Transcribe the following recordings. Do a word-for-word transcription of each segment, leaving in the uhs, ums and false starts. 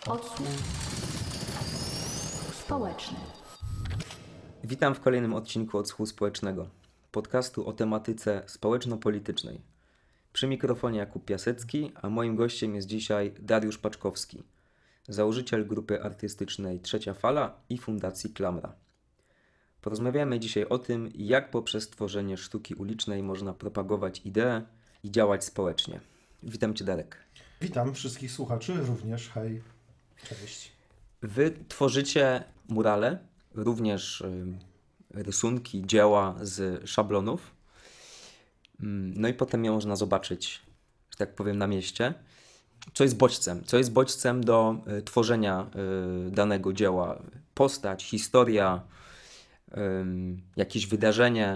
Odsłuch społeczny. Witam w kolejnym odcinku Odsłuchu Społecznego, podcastu o tematyce społeczno-politycznej. Przy mikrofonie Jakub Piasecki, a moim gościem jest dzisiaj Dariusz Paczkowski, założyciel grupy artystycznej Trzecia Fala i Fundacji Klamra. Porozmawiamy dzisiaj o tym, jak poprzez tworzenie sztuki ulicznej można propagować ideę i działać społecznie. Witam Cię, Darek. Witam wszystkich słuchaczy również. Hej, cześć. Wy tworzycie murale, również y, rysunki, dzieła z szablonów. No i potem je można zobaczyć, że tak powiem, na mieście. Co jest bodźcem? Co jest bodźcem do y, tworzenia y, danego dzieła? Postać, historia, y, jakieś wydarzenie,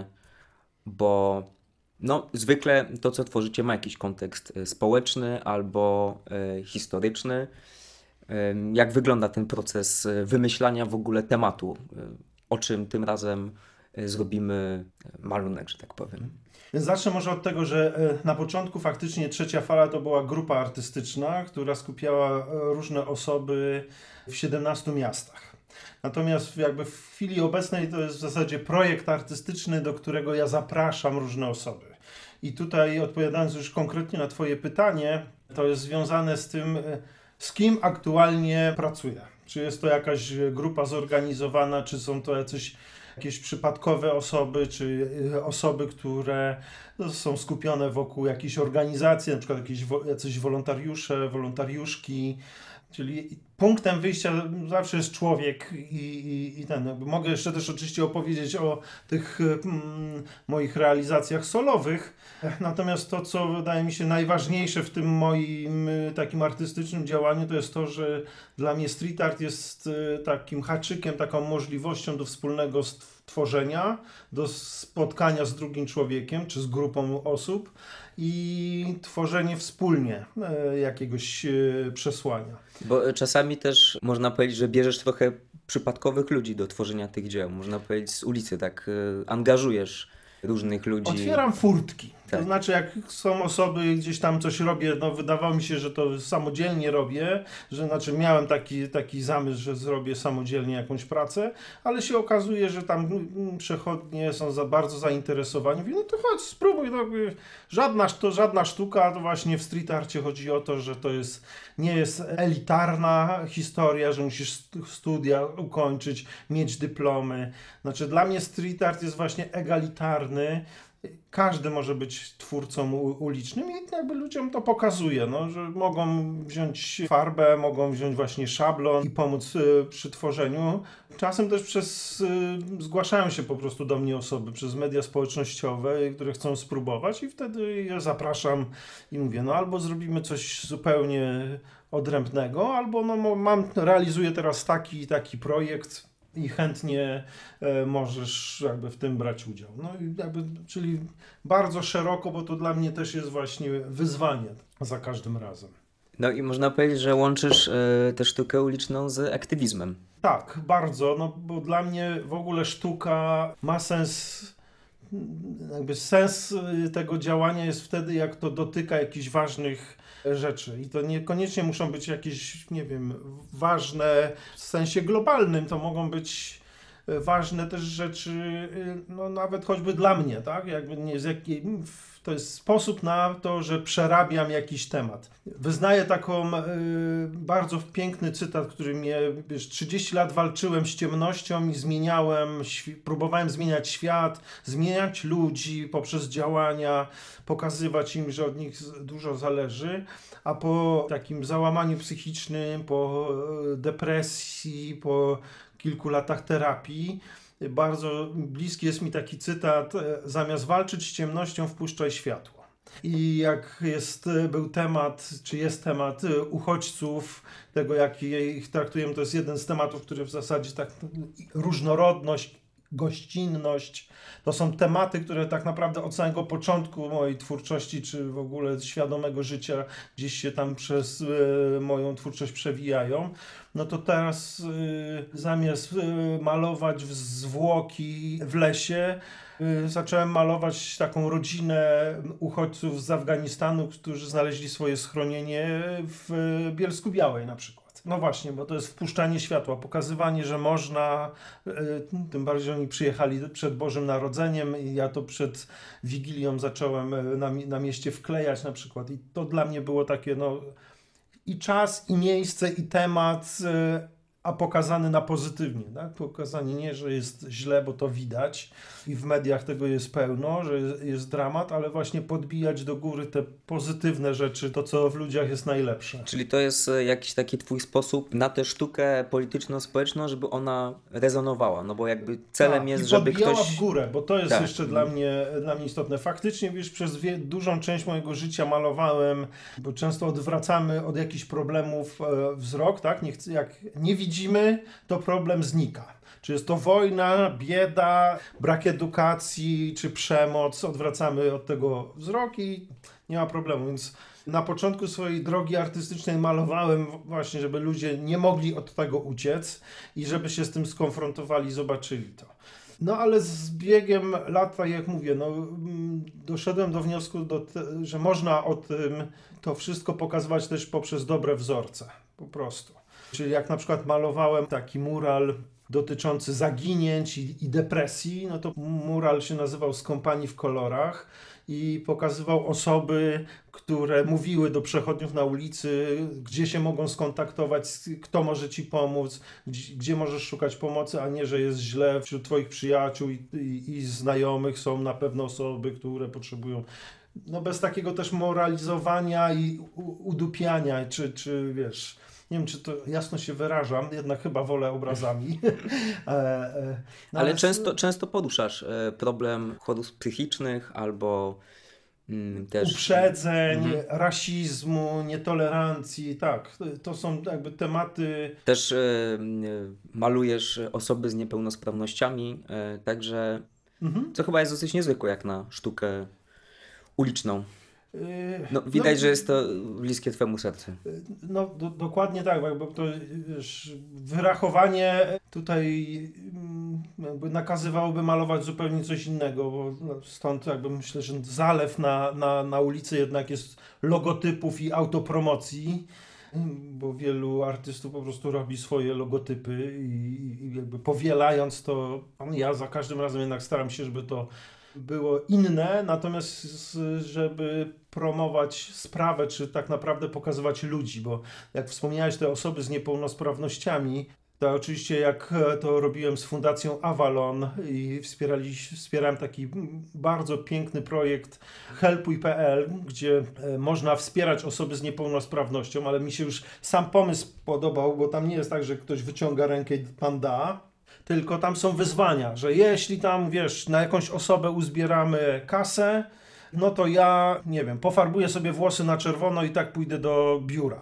bo no, zwykle to, co tworzycie, ma jakiś kontekst y, społeczny albo y, historyczny. Jak wygląda ten proces wymyślania w ogóle tematu, o czym tym razem zrobimy malunek, że tak powiem. Więc zacznę może od tego, że na początku faktycznie Trzecia Fala to była grupa artystyczna, która skupiała różne osoby w siedemnastu miastach. Natomiast jakby w chwili obecnej to jest w zasadzie projekt artystyczny, do którego ja zapraszam różne osoby. I tutaj odpowiadając już konkretnie na Twoje pytanie, to jest związane z tym, z kim aktualnie pracuję. Czy jest to jakaś grupa zorganizowana, czy są to jacyś, jakieś przypadkowe osoby, czy osoby, które są skupione wokół jakiejś organizacji, na przykład jakieś, jacyś wolontariusze, wolontariuszki. Czyli punktem wyjścia zawsze jest człowiek i, i, i ten. Mogę jeszcze też oczywiście opowiedzieć o tych mm, moich realizacjach solowych. Natomiast to, co wydaje mi się najważniejsze w tym moim takim artystycznym działaniu, to jest to, że dla mnie street art jest takim haczykiem, taką możliwością do wspólnego tworzenia, do spotkania z drugim człowiekiem czy z grupą osób i tworzenie wspólnie jakiegoś przesłania. Bo czasami też można powiedzieć, że bierzesz trochę przypadkowych ludzi do tworzenia tych dzieł. Można powiedzieć z ulicy, tak angażujesz różnych ludzi. Otwieram furtki. Tak. To znaczy, jak są osoby, gdzieś tam coś robię, no wydawało mi się, że to samodzielnie robię, że znaczy miałem taki, taki zamysł, że zrobię samodzielnie jakąś pracę, ale się okazuje, że tam przechodnie są za bardzo zainteresowani. Mówię, no to chodź, spróbuj. No, żadna, to żadna sztuka, to właśnie w street arcie chodzi o to, że to jest, nie jest elitarna historia, że musisz studia ukończyć, mieć dyplomy. Znaczy, dla mnie street art jest właśnie egalitarny. Każdy może być twórcą ulicznym i jakby ludziom to pokazuje, no, że mogą wziąć farbę, mogą wziąć właśnie szablon i pomóc y, przy tworzeniu. Czasem też przez y, zgłaszają się po prostu do mnie osoby przez media społecznościowe, które chcą spróbować i wtedy ja zapraszam i mówię, no albo zrobimy coś zupełnie odrębnego, albo no, mam, realizuję teraz taki i taki projekt, i chętnie e, możesz jakby w tym brać udział. No i jakby, czyli bardzo szeroko, bo to dla mnie też jest właśnie wyzwanie za każdym razem. No i można powiedzieć, że łączysz y, tę sztukę uliczną z aktywizmem. Tak, bardzo, no bo dla mnie w ogóle sztuka ma sens, jakby sens tego działania jest wtedy, jak to dotyka jakichś ważnych rzeczy. I to niekoniecznie muszą być jakieś, nie wiem, ważne w sensie globalnym, to mogą być ważne też rzeczy, no nawet choćby dla mnie, tak? Jakby nie z jakiej, to jest sposób na to, że przerabiam jakiś temat. Wyznaję taką y, bardzo piękny cytat, który mnie, wiesz, trzydzieści lat walczyłem z ciemnością i zmieniałem, świ- próbowałem zmieniać świat, zmieniać ludzi poprzez działania, pokazywać im, że od nich dużo zależy, a po takim załamaniu psychicznym, po depresji, po kilku latach terapii, bardzo bliski jest mi taki cytat: zamiast walczyć z ciemnością, wpuszczaj światło. I jak jest, był temat, czy jest temat uchodźców, tego jak ich traktujemy, to jest jeden z tematów, który w zasadzie tak, różnorodność, gościnność, to są tematy, które tak naprawdę od samego początku mojej twórczości, czy w ogóle świadomego życia gdzieś się tam przez y, moją twórczość przewijają. No to teraz y, zamiast y, malować w zwłoki w lesie, Y, Zacząłem malować taką rodzinę uchodźców z Afganistanu, którzy znaleźli swoje schronienie w Bielsku Białej na przykład. No właśnie, bo to jest wpuszczanie światła, pokazywanie, że można, y, tym bardziej oni przyjechali przed Bożym Narodzeniem i ja to przed Wigilią zacząłem y, na, mi- na mieście wklejać na przykład i to dla mnie było takie, no i czas, i miejsce, i temat, y, a pokazany na pozytywnie, tak? Pokazanie nie, że jest źle, bo to widać i w mediach tego jest pełno, że jest, jest dramat, ale właśnie podbijać do góry te pozytywne rzeczy, to co w ludziach jest najlepsze. Czyli to jest e, jakiś taki twój sposób na tę sztukę polityczno-społeczną, żeby ona rezonowała, no bo jakby celem Tak, jest, i żeby podbijała ktoś... w górę, bo to jest Tak. jeszcze dla mnie, dla mnie istotne. Faktycznie, wiesz, przez wie, dużą część mojego życia malowałem, bo często odwracamy od jakichś problemów e, wzrok, tak? Nie chcę, jak nie widzimy, to problem znika. Czy jest to wojna, bieda, brak edukacji, czy przemoc, odwracamy od tego wzrok i nie ma problemu, więc na początku swojej drogi artystycznej malowałem właśnie, żeby ludzie nie mogli od tego uciec i żeby się z tym skonfrontowali, zobaczyli to. No ale z biegiem lat, tak jak mówię, no, mm, doszedłem do wniosku, do te, że można o tym to wszystko pokazywać też poprzez dobre wzorce, po prostu. Czyli jak na przykład malowałem taki mural dotyczący zaginięć i, i depresji, no to mural się nazywał Skąpani w kolorach i pokazywał osoby, które mówiły do przechodniów na ulicy, gdzie się mogą skontaktować, z- kto może ci pomóc, gdzie, gdzie możesz szukać pomocy, a nie, że jest źle wśród twoich przyjaciół i, i, i znajomych są na pewno osoby, które potrzebują. No bez takiego też moralizowania i u, udupiania, czy, czy wiesz, nie wiem, czy to jasno się wyrażam, jednak chyba wolę obrazami. e, e, no Ale s- często, często poruszasz e, problem chorób psychicznych albo mm, też... uprzedzeń, Mhm. rasizmu, nietolerancji, tak. To są jakby tematy. Też e, m, malujesz osoby z niepełnosprawnościami, e, także Mhm. co chyba jest dosyć niezwykłe jak na sztukę uliczną. Yy, No, widać, że jest to bliskie twemu sercu. No, do, dokładnie tak, bo jakby to wiesz, wyrachowanie tutaj mm, jakby nakazywałoby malować zupełnie coś innego, bo no, stąd jakby myślę, że zalew na, na, na ulicy jednak jest logotypów i autopromocji, bo wielu artystów po prostu robi swoje logotypy i, i jakby powielając to, ja za każdym razem jednak staram się, żeby to było inne, natomiast z- żeby promować sprawę, czy tak naprawdę pokazywać ludzi, bo jak wspomniałeś, te osoby z niepełnosprawnościami, to oczywiście jak e, to robiłem z Fundacją Avalon i wspierali, wspierałem taki mm, bardzo piękny projekt helpuj kropka pe el, gdzie e, można wspierać osoby z niepełnosprawnością, ale mi się już sam pomysł podobał, bo tam nie jest tak, że ktoś wyciąga rękę i pan da, tylko tam są wyzwania, że jeśli tam, wiesz, na jakąś osobę uzbieramy kasę, no to ja, nie wiem, pofarbuję sobie włosy na czerwono i tak pójdę do biura.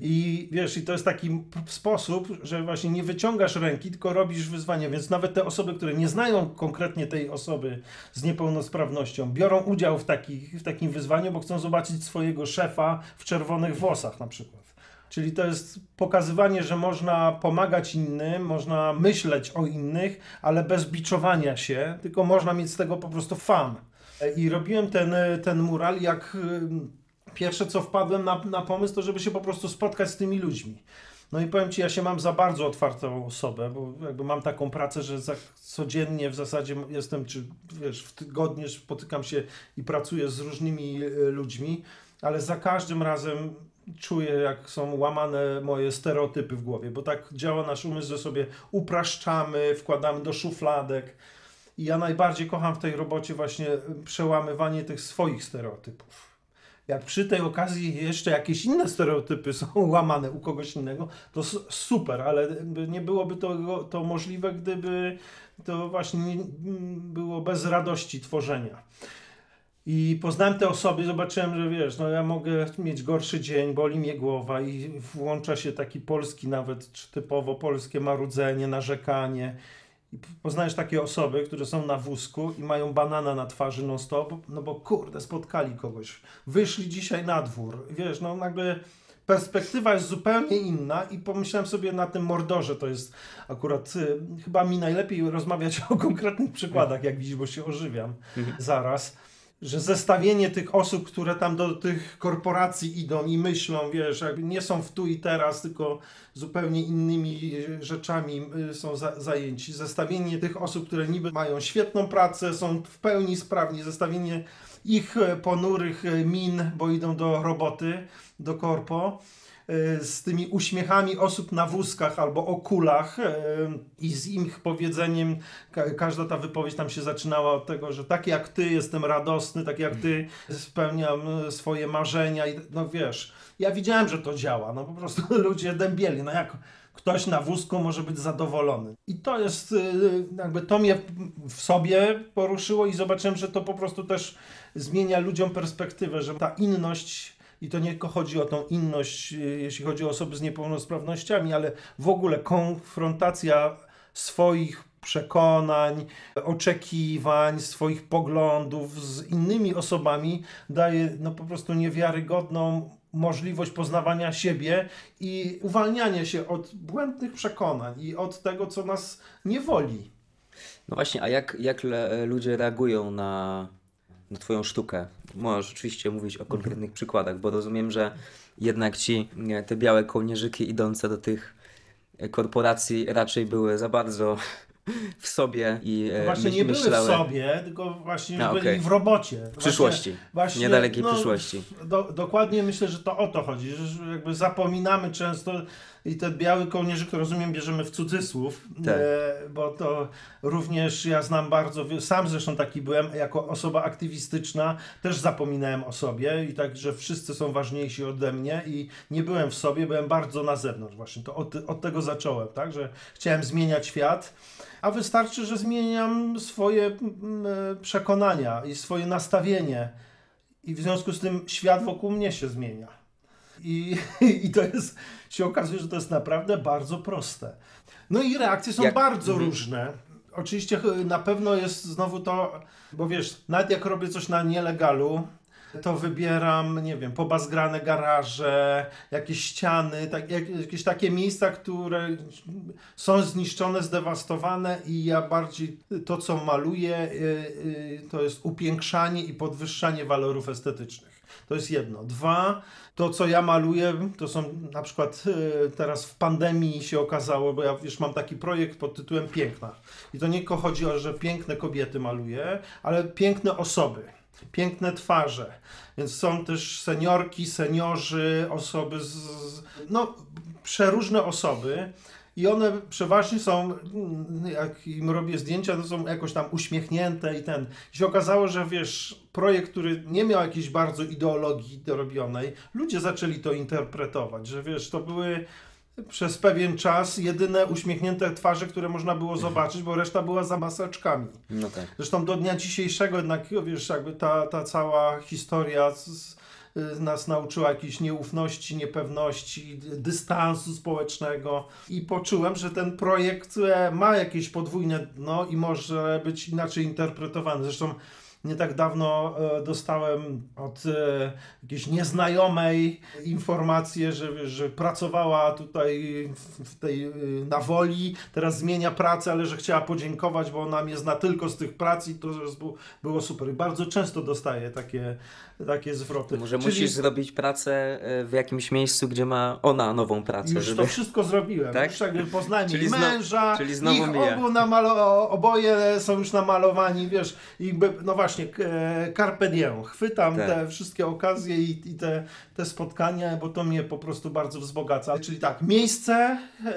I wiesz, i to jest taki p- sposób, że właśnie nie wyciągasz ręki, tylko robisz wyzwanie, więc nawet te osoby, które nie znają konkretnie tej osoby z niepełnosprawnością, biorą udział w, takich, w takim wyzwaniu, bo chcą zobaczyć swojego szefa w czerwonych włosach na przykład. Czyli to jest pokazywanie, że można pomagać innym, można myśleć o innych, ale bez biczowania się, tylko można mieć z tego po prostu fan. I robiłem ten, ten mural, jak ym, pierwsze co wpadłem na, na pomysł, to żeby się po prostu spotkać z tymi ludźmi. No i powiem Ci, ja się mam za bardzo otwartą osobę, bo jakby mam taką pracę, że za, codziennie w zasadzie jestem, czy wiesz, w tygodniu spotykam się i pracuję z różnymi y, ludźmi, ale za każdym razem czuję, jak są łamane moje stereotypy w głowie, bo tak działa nasz umysł, że sobie upraszczamy, wkładamy do szufladek. I ja najbardziej kocham w tej robocie właśnie przełamywanie tych swoich stereotypów. Jak przy tej okazji jeszcze jakieś inne stereotypy są łamane u kogoś innego, to s- super, ale nie byłoby to, to możliwe, gdyby to właśnie nie, było bez radości tworzenia. I poznałem te osoby, zobaczyłem, że wiesz, no ja mogę mieć gorszy dzień, boli mnie głowa i włącza się taki polski nawet, czy typowo polskie marudzenie, narzekanie. I p- poznajesz takie osoby, które są na wózku i mają banana na twarzy non stop, no bo kurde, spotkali kogoś. Wyszli dzisiaj na dwór. Wiesz, no nagle perspektywa jest zupełnie inna i pomyślałem sobie na tym Mordorze, to jest akurat, y, chyba mi najlepiej rozmawiać o konkretnych przykładach, jak widzisz, bo się ożywiam zaraz, że zestawienie tych osób, które tam do tych korporacji idą i myślą, wiesz, jakby nie są w tu i teraz, tylko zupełnie innymi rzeczami y, są za, zajęci. Zestawienie tych osób, które niby mają świetną pracę, są w pełni sprawni, zestawienie ich e, ponurych e, min, bo idą do roboty, do korpo, e, z tymi uśmiechami osób na wózkach albo o kulach e, i z ich powiedzeniem, ka- każda ta wypowiedź tam się zaczynała od tego, że tak jak ty jestem radosny, tak jak ty spełniam e, swoje marzenia i no wiesz, ja widziałem, że to działa, no po prostu ludzie dębieli, no jak ktoś na wózku może być zadowolony. I to jest, y, jakby to mnie w sobie poruszyło i zobaczyłem, że to po prostu też zmienia ludziom perspektywę, że ta inność, i to nie tylko chodzi o tą inność, y, jeśli chodzi o osoby z niepełnosprawnościami, ale w ogóle konfrontacja swoich przekonań, oczekiwań, swoich poglądów z innymi osobami daje no po prostu niewiarygodną możliwość poznawania siebie i uwalniania się od błędnych przekonań i od tego, co nas niewoli. No właśnie, a jak, jak le, ludzie reagują na, na twoją sztukę? Możesz oczywiście mówić o konkretnych przykładach, bo rozumiem, że jednak ci nie, te białe kołnierzyki idące do tych korporacji raczej były za bardzo w sobie i To e, właśnie myśl, nie były myślały w sobie, tylko właśnie już A, byli okej. w robocie. w przyszłości, Właśnie, właśnie, w niedalekiej no, przyszłości. Do, dokładnie myślę, że to o to chodzi, że jakby zapominamy często i ten biały kołnierzyk, rozumiem, bierzemy w cudzysłów, Tak. e, bo to również ja znam bardzo, wie- sam zresztą taki byłem, jako osoba aktywistyczna też zapominałem o sobie i tak, że wszyscy są ważniejsi ode mnie i nie byłem w sobie, byłem bardzo na zewnątrz właśnie, to od, od tego zacząłem, tak, że chciałem zmieniać świat. A wystarczy, że zmieniam swoje mm, e, przekonania i swoje nastawienie. I w związku z tym świat wokół mnie się zmienia. I, i to jest, się okazuje, że to jest naprawdę bardzo proste. No i reakcje są Jak- bardzo Mhm. różne. Oczywiście ch- na pewno jest znowu to, bo wiesz, nawet jak robię coś na nielegalu, to wybieram, nie wiem, pobazgrane garaże, jakieś ściany, tak, jak, jakieś takie miejsca, które są zniszczone, zdewastowane i ja bardziej to, co maluję, y, y, to jest upiększanie i podwyższanie walorów estetycznych. To jest jedno. Dwa, to co ja maluję, to są na przykład y, teraz w pandemii się okazało, bo ja wiesz, mam taki projekt pod tytułem Piękna. I to nie tylko chodzi o, że piękne kobiety maluję, ale piękne osoby. Piękne twarze, więc są też seniorki, seniorzy, osoby z, z no, przeróżne osoby i one przeważnie są, mm, jak im robię zdjęcia, to są jakoś tam uśmiechnięte i ten. I się okazało, że wiesz, projekt, który nie miał jakiejś bardzo ideologii dorobionej, ludzie zaczęli to interpretować, że wiesz, to były przez pewien czas jedyne uśmiechnięte twarze, które można było zobaczyć, bo reszta była za maseczkami. No tak. Zresztą do dnia dzisiejszego jednak, wiesz, jakby ta, ta cała historia z, z, nas nauczyła jakiejś nieufności, niepewności, dystansu społecznego i poczułem, że ten projekt e, ma jakieś podwójne dno i może być inaczej interpretowany. Zresztą nie tak dawno e, dostałem od e, jakiejś nieznajomej informację, że, wiesz, że pracowała tutaj w, w tej, e, na Woli, teraz zmienia pracę, ale że chciała podziękować, bo ona mnie zna tylko z tych prac i to że było, było super. I bardzo często dostaję takie, takie zwroty. Może Czyli musisz zrobić pracę e, w jakimś miejscu, gdzie ma ona nową pracę, już żeby... to wszystko zrobiłem. Tak? Już jakby poznałem Czyli ich zno- męża, czyli znowu ich mija. obu namalo- oboje są już namalowani, wiesz, i by, no właśnie, k- e, carpe diem. Chwytam Tak. te wszystkie okazje i, i te, te spotkania, bo to mnie po prostu bardzo wzbogaca. Czyli tak, miejsce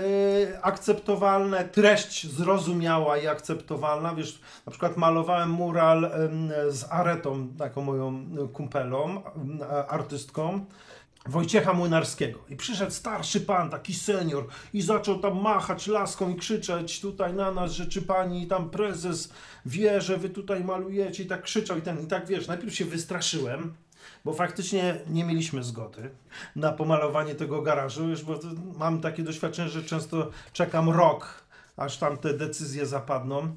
e, akceptowalne, treść zrozumiała i akceptowalna, wiesz, na przykład malowałem mural em, z Aretą, taką moją kumpelą, em, artystką, Wojciecha Młynarskiego. I przyszedł starszy pan, taki senior i zaczął tam machać laską i krzyczeć tutaj na nas, że czy pani tam prezes wie, że wy tutaj malujecie i tak krzyczał i ten, i tak wiesz, najpierw się wystraszyłem, bo faktycznie nie mieliśmy zgody na pomalowanie tego garażu, już bo to mam takie doświadczenie, że często czekam rok, aż tam te decyzje zapadną.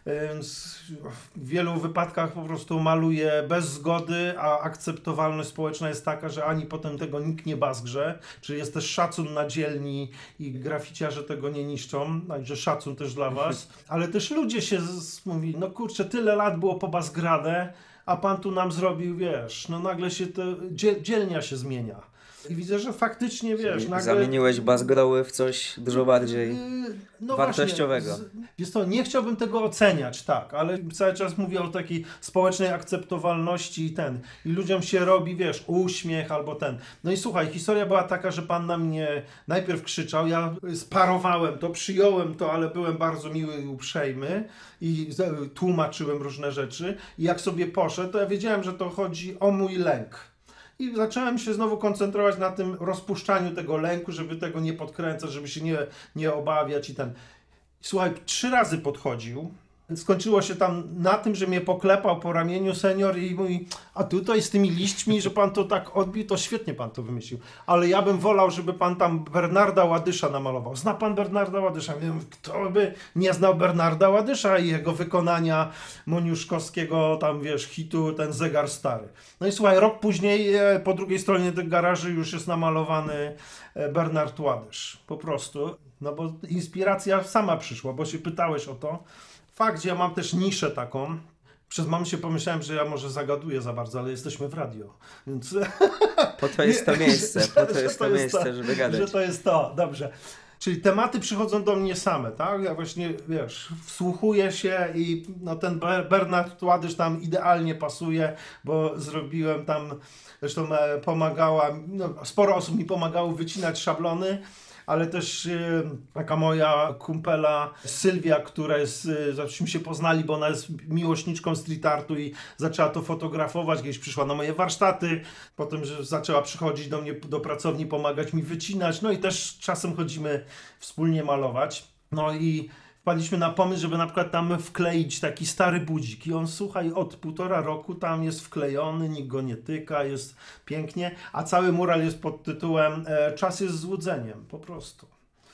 Więc w wielu wypadkach po prostu maluje bez zgody, a akceptowalność społeczna jest taka, że ani potem tego nikt nie bazgrze, czyli jest też szacun na dzielni i graficiarze tego nie niszczą, także szacun też dla was, ale też ludzie się z, z, mówi, no kurczę, tyle lat było pobazgrane, a pan tu nam zrobił, wiesz, no nagle się to, dziel, dzielnia się zmienia. I widzę, że faktycznie, wiesz, Czyli nagle... zamieniłeś bazgroły w coś dużo bardziej Yy, no wartościowego. Właśnie, z, jest to, nie chciałbym tego oceniać, tak, ale cały czas mówię o takiej społecznej akceptowalności i ten. I ludziom się robi, wiesz, uśmiech albo ten. No i słuchaj, historia była taka, że pan na mnie najpierw krzyczał, ja sparowałem to, przyjąłem to, ale byłem bardzo miły i uprzejmy i tłumaczyłem różne rzeczy. I jak sobie poszedł, to ja wiedziałem, że to chodzi o mój lęk. I zacząłem się znowu koncentrować na tym rozpuszczaniu tego lęku, żeby tego nie podkręcać, żeby się nie, nie obawiać i ten. Słuchaj, trzy razy podchodził. Skończyło się tam na tym, że mnie poklepał po ramieniu senior i mówi, a tutaj z tymi liśćmi, że pan to tak odbił, to świetnie pan to wymyślił. Ale ja bym wolał, żeby pan tam Bernarda Ładysza namalował. Zna pan Bernarda Ładysza? Wiem, kto by nie znał Bernarda Ładysza i jego wykonania Moniuszkowskiego tam, wiesz, hitu Ten zegar stary. No i słuchaj, rok później po drugiej stronie tych garaży już jest namalowany Bernard Ładysz. Po prostu. No bo inspiracja sama przyszła, bo się pytałeś o to. Fakt, że ja mam też niszę taką. Przez moment się pomyślałem, że ja może zagaduję za bardzo, ale jesteśmy w radio, więc... Po to jest to miejsce, że, po to jest to, to jest miejsce, to, żeby gadać. Że to jest to, dobrze. Czyli tematy przychodzą do mnie same, tak? Ja właśnie, wiesz, wsłuchuję się i no, ten Bernard Ładysz tam idealnie pasuje, bo zrobiłem tam, zresztą pomagała, no, sporo osób mi pomagało wycinać szablony, ale też yy, taka moja kumpela Sylwia, która jest, yy, zaczęliśmy się poznali, bo ona jest miłośniczką street artu i zaczęła to fotografować, gdzieś przyszła na moje warsztaty, potem że zaczęła przychodzić do mnie do pracowni, pomagać mi wycinać, no i też czasem chodzimy wspólnie malować. No i wpadliśmy na pomysł, żeby na przykład tam wkleić taki stary budzik i on, słuchaj, od półtora roku tam jest wklejony, nikt go nie tyka, jest pięknie, a cały mural jest pod tytułem e, Czas jest złudzeniem, po prostu.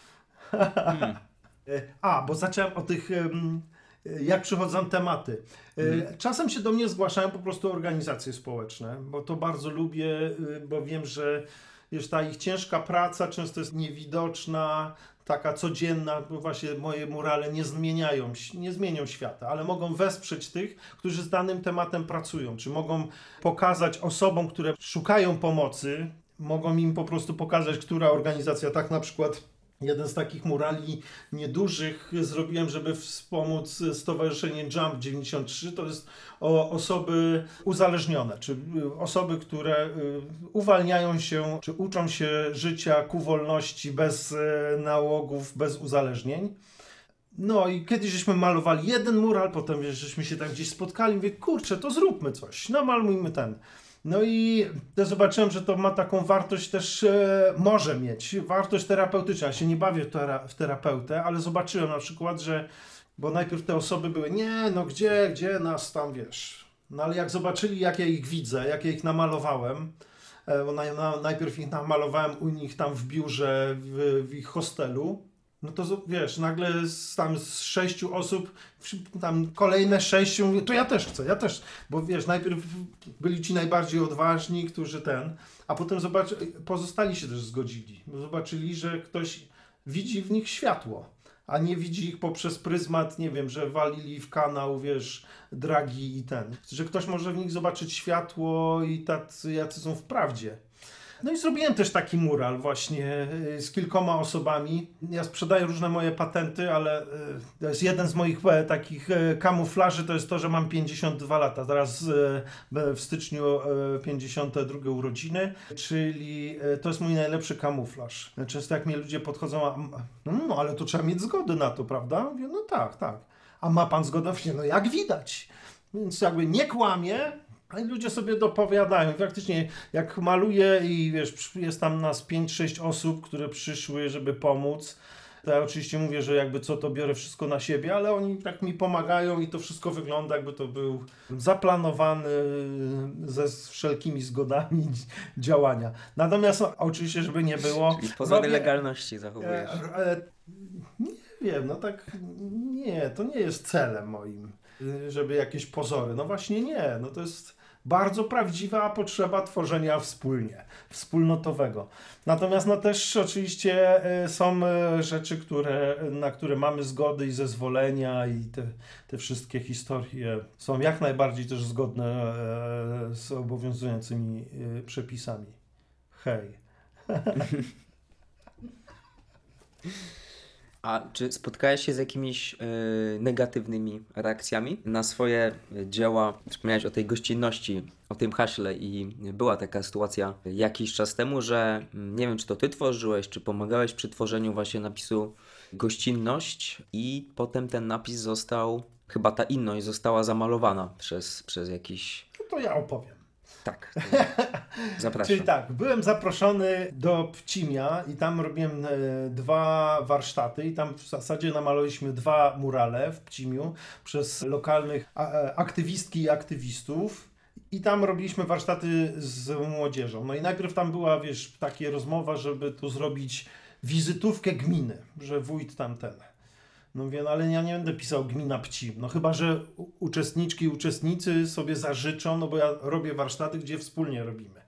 Hmm. A, bo zacząłem o tych, um, jak przychodzą tematy. Hmm. Czasem się do mnie zgłaszają po prostu organizacje społeczne, bo to bardzo lubię, bo wiem, że wiesz, ta ich ciężka praca często jest niewidoczna, taka codzienna, bo właśnie moje murale nie zmieniają, nie zmienią świata, ale mogą wesprzeć tych, którzy z danym tematem pracują, czy mogą pokazać osobom, które szukają pomocy, mogą im po prostu pokazać, która organizacja, tak na przykład jeden z takich murali niedużych zrobiłem, żeby wspomóc Stowarzyszenie Jump dziewięćdziesiąt trzy. To jest o osoby uzależnione, czy osoby, które uwalniają się, czy uczą się życia ku wolności bez nałogów, bez uzależnień. No i kiedyś żeśmy malowali jeden mural, potem wiesz, żeśmy się tam gdzieś spotkali, mówię, kurczę, to zróbmy coś, namalujmy ten. No i też zobaczyłem, że to ma taką wartość też, e, może mieć, wartość terapeutyczną. Ja się nie bawię w, tera, w terapeutę, ale zobaczyłem na przykład, że, bo najpierw te osoby były, nie, no gdzie, gdzie nas tam, wiesz. No ale jak zobaczyli, jak ja ich widzę, jak ja ich namalowałem, e, bo na, na, najpierw ich namalowałem u nich tam w biurze, w, w ich hostelu, no to wiesz, nagle z, tam z sześciu osób, tam kolejne sześciu, mówię, to ja też chcę, ja też, bo wiesz, najpierw byli ci najbardziej odważni, którzy ten, a potem zobacz, pozostali się też zgodzili, bo zobaczyli, że ktoś widzi w nich światło, a nie widzi ich poprzez pryzmat, nie wiem, że walili w kanał, wiesz, dragi i ten, że ktoś może w nich zobaczyć światło i tacy, jacy są w prawdzie. No i zrobiłem też taki mural właśnie z kilkoma osobami. Ja sprzedaję różne moje patenty, ale to jest jeden z moich takich kamuflaży, to jest to, że mam pięćdziesiąt dwa lata. Teraz w styczniu pięćdziesiąte drugie urodziny, czyli to jest mój najlepszy kamuflaż. Często jak mnie ludzie podchodzą, a, no ale to trzeba mieć zgodę na to, prawda? Mówię, no tak, tak. A ma pan zgodę? No jak widać. Więc jakby nie kłamie, a ludzie sobie dopowiadają. Faktycznie jak maluję i wiesz, jest tam nas pięć sześć osób, które przyszły, żeby pomóc, to ja oczywiście mówię, że jakby co, to biorę wszystko na siebie, ale oni tak mi pomagają i to wszystko wygląda, jakby to był zaplanowany ze wszelkimi zgodami działania. Natomiast no, oczywiście, żeby nie było... Czyli pozory robię, legalności zachowujesz. E, e, nie wiem, no tak nie nie, to nie jest celem moim, y, żeby jakieś pozory. No właśnie nie, no to jest bardzo prawdziwa potrzeba tworzenia wspólnie, wspólnotowego. Natomiast no też oczywiście y, są y, rzeczy, które, na które mamy zgody i zezwolenia i te, te wszystkie historie są jak najbardziej też zgodne e, z obowiązującymi y, przepisami. Hej. A czy spotkałeś się z jakimiś y, negatywnymi reakcjami na swoje y, dzieła? Wspomniałeś o tej gościnności, o tym haśle i była taka sytuacja jakiś czas temu, że mm, nie wiem, czy to ty tworzyłeś, czy pomagałeś przy tworzeniu właśnie napisu gościnność i potem ten napis został, chyba ta inność została zamalowana przez, przez jakiś... No to ja opowiem. Tak, to zapraszam. Czyli tak, byłem zaproszony do Pcimia i tam robiłem e, dwa warsztaty i tam w zasadzie namalowaliśmy dwa murale w Pcimiu przez lokalnych a, e, aktywistki i aktywistów i tam robiliśmy warsztaty z młodzieżą. No i najpierw tam była, wiesz, taka rozmowa, żeby tu zrobić wizytówkę gminy, że wójt tamten. No mówię, no ale ja nie będę pisał gmina Pcim. No chyba, że u- uczestniczki i uczestnicy sobie zażyczą, no bo ja robię warsztaty, gdzie wspólnie robimy.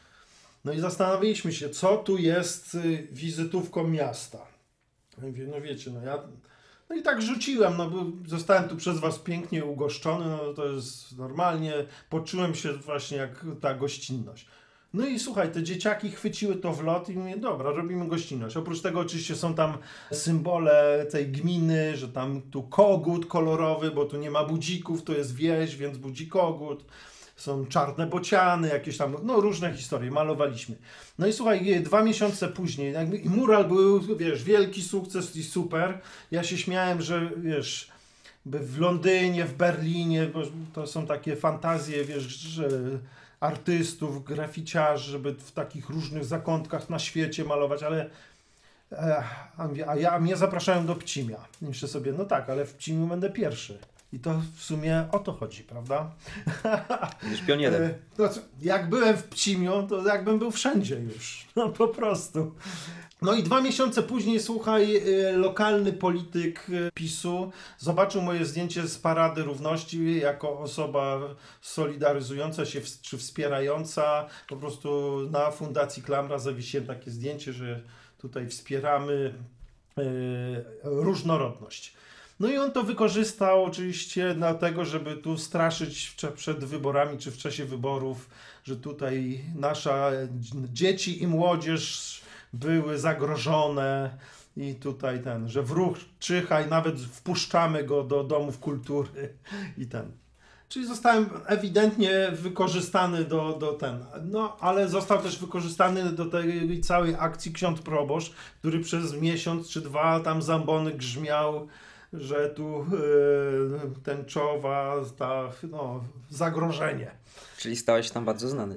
No i zastanawialiśmy się, co tu jest y, wizytówką miasta. No i mówię, no wiecie, no ja... No i tak rzuciłem, no bo zostałem tu przez was pięknie ugoszczony, no to jest normalnie, poczułem się właśnie jak ta gościnność. No i słuchaj, te dzieciaki chwyciły to w lot i mówię, dobra, robimy gościnność. Oprócz tego oczywiście są tam symbole tej gminy, że tam tu kogut kolorowy, bo tu nie ma budzików, to jest wieś, więc budzi kogut. Są czarne bociany, jakieś tam, no różne historie, malowaliśmy. No i słuchaj, dwa miesiące później, jakby, i mural był, wiesz, wielki sukces i super. Ja się śmiałem, że wiesz, by w Londynie, w Berlinie, bo to są takie fantazje, wiesz, że artystów, graficiarzy, żeby w takich różnych zakątkach na świecie malować, ale e, a, mówię, a ja a mnie zapraszają do Pcimia. I myślę sobie, no tak, ale w Pcimiu będę pierwszy. I to w sumie o to chodzi, prawda? Będziesz pionierem. E, No, co- jak byłem w Pcimiu, to jakbym był wszędzie już. No po prostu. No i dwa miesiące później, słuchaj, e, lokalny polityk e, PiSu zobaczył moje zdjęcie z Parady Równości jako osoba solidaryzująca się w- czy wspierająca. Po prostu na Fundacji Klamra zawiesiłem takie zdjęcie, że tutaj wspieramy e, różnorodność. No i on to wykorzystał oczywiście dlatego, żeby tu straszyć w cze- przed wyborami czy w czasie wyborów, że tutaj nasza dz- dzieci i młodzież były zagrożone i tutaj ten, że wróg czyha i nawet wpuszczamy go do domów kultury i ten. Czyli zostałem ewidentnie wykorzystany do, do ten, no ale został też wykorzystany do tej całej akcji ksiądz proboszcz, który przez miesiąc czy dwa tam zambony grzmiał, że tu yy, tęczowa, ta, no, zagrożenie. Czyli stałeś się tam bardzo znany.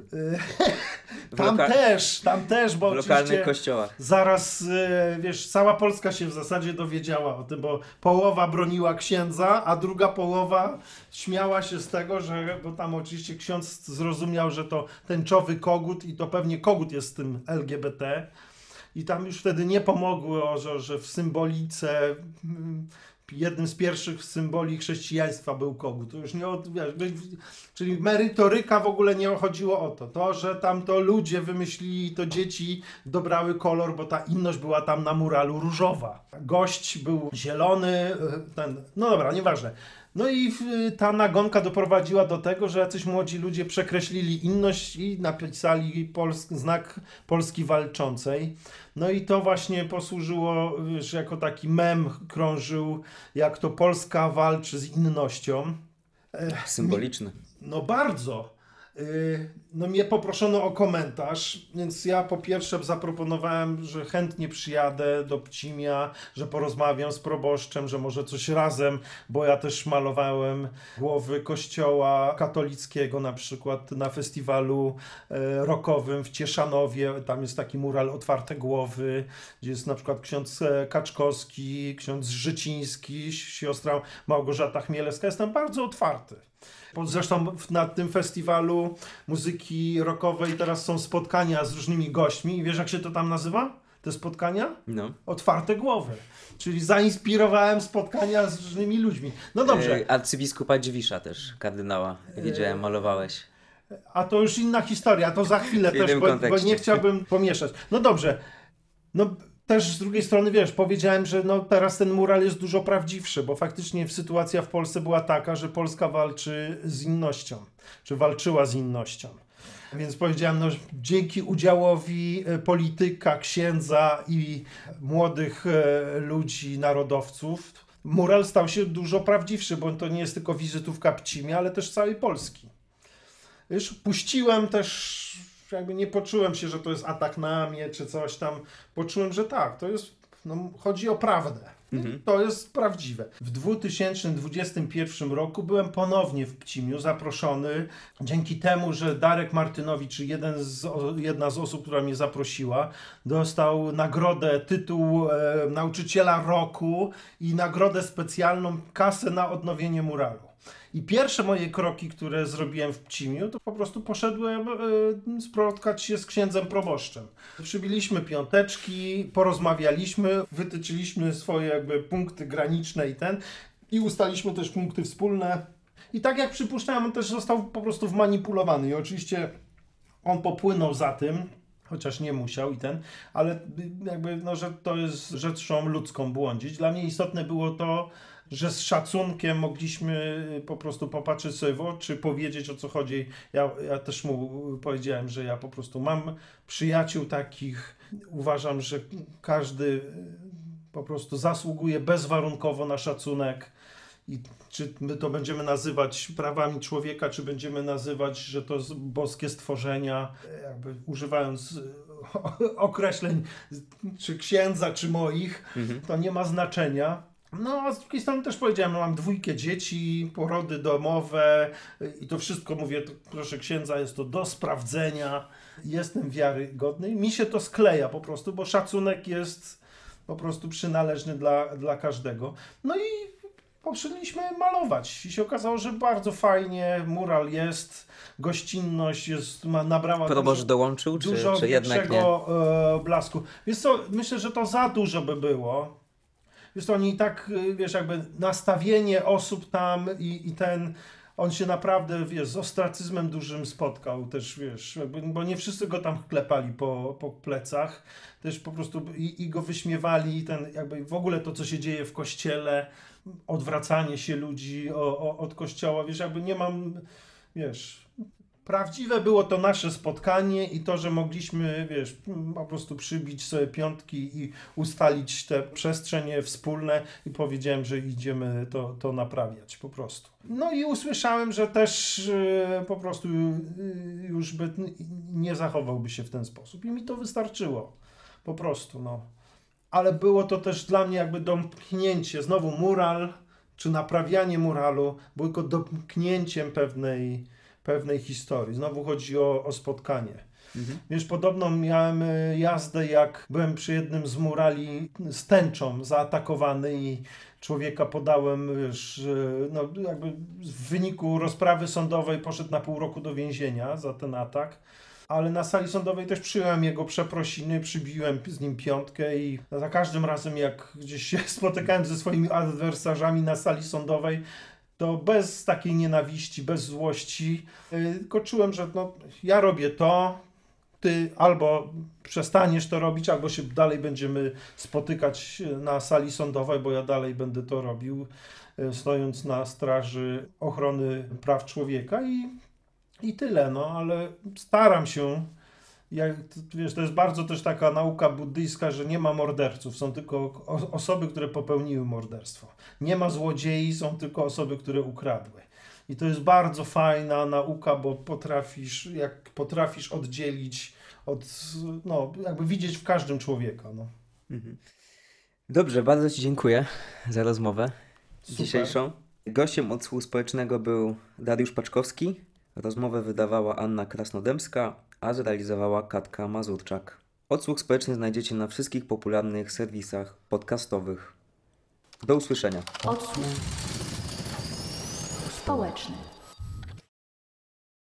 W Tam loka- też, tam też, bo W lokalnych oczywiście kościołach. zaraz, yy, wiesz, cała Polska się w zasadzie dowiedziała o tym, bo połowa broniła księdza, a druga połowa śmiała się z tego, że, bo tam oczywiście ksiądz zrozumiał, że to tęczowy kogut i to pewnie kogut jest z tym L G B T. I tam już wtedy nie pomogło, że, że w symbolice, mm, jednym z pierwszych symboli chrześcijaństwa był kogut. To już nie, od- wiesz, by- czyli merytoryka w ogóle nie chodziło o to. To, że tam to ludzie wymyślili, to dzieci dobrały kolor, bo ta inność była tam na muralu różowa. Gość był zielony, ten, no dobra, nieważne. No i w- ta nagonka doprowadziła do tego, że jacyś młodzi ludzie przekreślili inność i napisali pols- znak Polski walczącej. No i to właśnie posłużyło, wiesz, jako taki mem krążył, jak to Polska walczy z innością. Symboliczny. No bardzo. Yy, No mnie poproszono o komentarz, więc ja po pierwsze zaproponowałem, że chętnie przyjadę do Pcimia, że porozmawiam z proboszczem, że może coś razem, bo ja też malowałem głowy kościoła katolickiego na przykład na festiwalu e, rockowym w Cieszanowie, tam jest taki mural Otwarte Głowy, gdzie jest na przykład ksiądz e, Kaczkowski, ksiądz Życiński, siostra Małgorzata Chmielewska, jestem bardzo otwarty. Bo zresztą w- na tym festiwalu muzyki rockowej teraz są spotkania z różnymi gośćmi i wiesz jak się to tam nazywa? te spotkania? No. Otwarte głowy. Czyli zainspirowałem spotkania z różnymi ludźmi. No dobrze. E, arcybiskupa Dziwisza też, kardynała. Widziałem, malowałeś. A to już inna historia, to za chwilę W też, innym bo, bo kontekście. nie chciałbym pomieszać. No dobrze. No też z drugiej strony, wiesz, powiedziałem, że no teraz ten mural jest dużo prawdziwszy, bo faktycznie sytuacja w Polsce była taka, że Polska walczy z innością, czy walczyła z innością. Więc powiedziałem, no dzięki udziałowi polityka, księdza i młodych e, ludzi, narodowców, mural stał się dużo prawdziwszy, bo to nie jest tylko wizytówka Pcimia, ale też całej Polski. Wiesz, puściłem też, jakby nie poczułem się, że to jest atak na mnie, czy coś tam. Poczułem, że tak, to jest, no, chodzi o prawdę. Mhm. To jest prawdziwe. W dwa tysiące dwudziestym pierwszym roku byłem ponownie w Pcimiu zaproszony, dzięki temu, że Darek Martynowicz, jeden z, jedna z osób, która mnie zaprosiła, dostał nagrodę, tytuł e, nauczyciela roku i nagrodę specjalną, kasę na odnowienie muralu. I pierwsze moje kroki, które zrobiłem w Pcimiu, to po prostu poszedłem y, spotkać się z księdzem proboszczem. Przybiliśmy piąteczki, porozmawialiśmy, wytyczyliśmy swoje jakby punkty graniczne i ten, i ustaliśmy też punkty wspólne. I tak jak przypuszczałem, on też został po prostu wmanipulowany. I oczywiście on popłynął za tym, chociaż nie musiał i ten, ale jakby, no, że to jest rzeczą ludzką błądzić. Dla mnie istotne było to, że z szacunkiem mogliśmy po prostu popatrzeć sobie w oczy, powiedzieć, o co chodzi. Ja, ja też mu powiedziałem, że ja po prostu mam przyjaciół takich. Uważam, że każdy po prostu zasługuje bezwarunkowo na szacunek. I czy my to będziemy nazywać prawami człowieka, czy będziemy nazywać, że to jest boskie stworzenia, jakby używając określeń czy księdza, czy moich, Mhm. to nie ma znaczenia. No, a z drugiej strony też powiedziałem, no, mam dwójkę dzieci, porody domowe i to wszystko, mówię, to, proszę księdza, jest to do sprawdzenia. Jestem wiarygodny i mi się to skleja po prostu, bo szacunek jest po prostu przynależny dla, dla każdego. No i poszliśmy malować i się okazało, że bardzo fajnie, mural jest, gościnność jest, ma, nabrała Proboszcz dużo, dołączył, czy, dużo czy jednak nie? większego e, blasku. Wiesz co, myślę, że to za dużo by było. Wiesz co, oni i tak, wiesz, jakby nastawienie osób tam i, i ten, on się naprawdę, wiesz, z ostracyzmem dużym spotkał też, wiesz, jakby, bo nie wszyscy go tam klepali po, po plecach, też po prostu i, i go wyśmiewali, i ten, jakby w ogóle to, co się dzieje w kościele, odwracanie się ludzi o, o, od kościoła, wiesz, jakby nie mam, wiesz... Prawdziwe było to nasze spotkanie i to, że mogliśmy, wiesz, po prostu przybić sobie piątki i ustalić te przestrzenie wspólne i powiedziałem, że idziemy to, to naprawiać po prostu. No i usłyszałem, że też e, po prostu e, już by nie zachowałby się w ten sposób i mi to wystarczyło. Po prostu, no. Ale było to też dla mnie jakby domknięcie, znowu mural, czy naprawianie muralu, było tylko domknięciem pewnej pewnej historii. Znowu chodzi o, o spotkanie. Mhm. Wiesz, podobno miałem jazdę, jak byłem przy jednym z murali z tęczą zaatakowany i człowieka podałem, wiesz, no jakby w wyniku rozprawy sądowej poszedł na pół roku do więzienia za ten atak. Ale na sali sądowej też przyjąłem jego przeprosiny, przybiłem z nim piątkę i za każdym razem, jak gdzieś się spotykałem ze swoimi adwersarzami na sali sądowej, to bez takiej nienawiści, bez złości, yy, tylko czułem, że no, ja robię to, ty albo przestaniesz to robić, albo się dalej będziemy spotykać na sali sądowej, bo ja dalej będę to robił, yy, stojąc na straży ochrony praw człowieka i, i tyle, no, ale staram się. Ja, wiesz, to jest bardzo też taka nauka buddyjska, że nie ma morderców, są tylko osoby, które popełniły morderstwo. Nie ma złodziei, są tylko osoby, które ukradły. I to jest bardzo fajna nauka, bo potrafisz, jak potrafisz oddzielić od, no, jakby widzieć w każdym człowieka. No. Mhm. Dobrze, bardzo Ci dziękuję za rozmowę Super. dzisiejszą. Gościem Odsłuchu Społecznego był Dariusz Paczkowski. Rozmowę wydawała Anna Krasnodębska, a zrealizowała Katka Mazurczak. Odsłuch Społeczny znajdziecie na wszystkich popularnych serwisach podcastowych. Do usłyszenia. Odsłuch społeczny.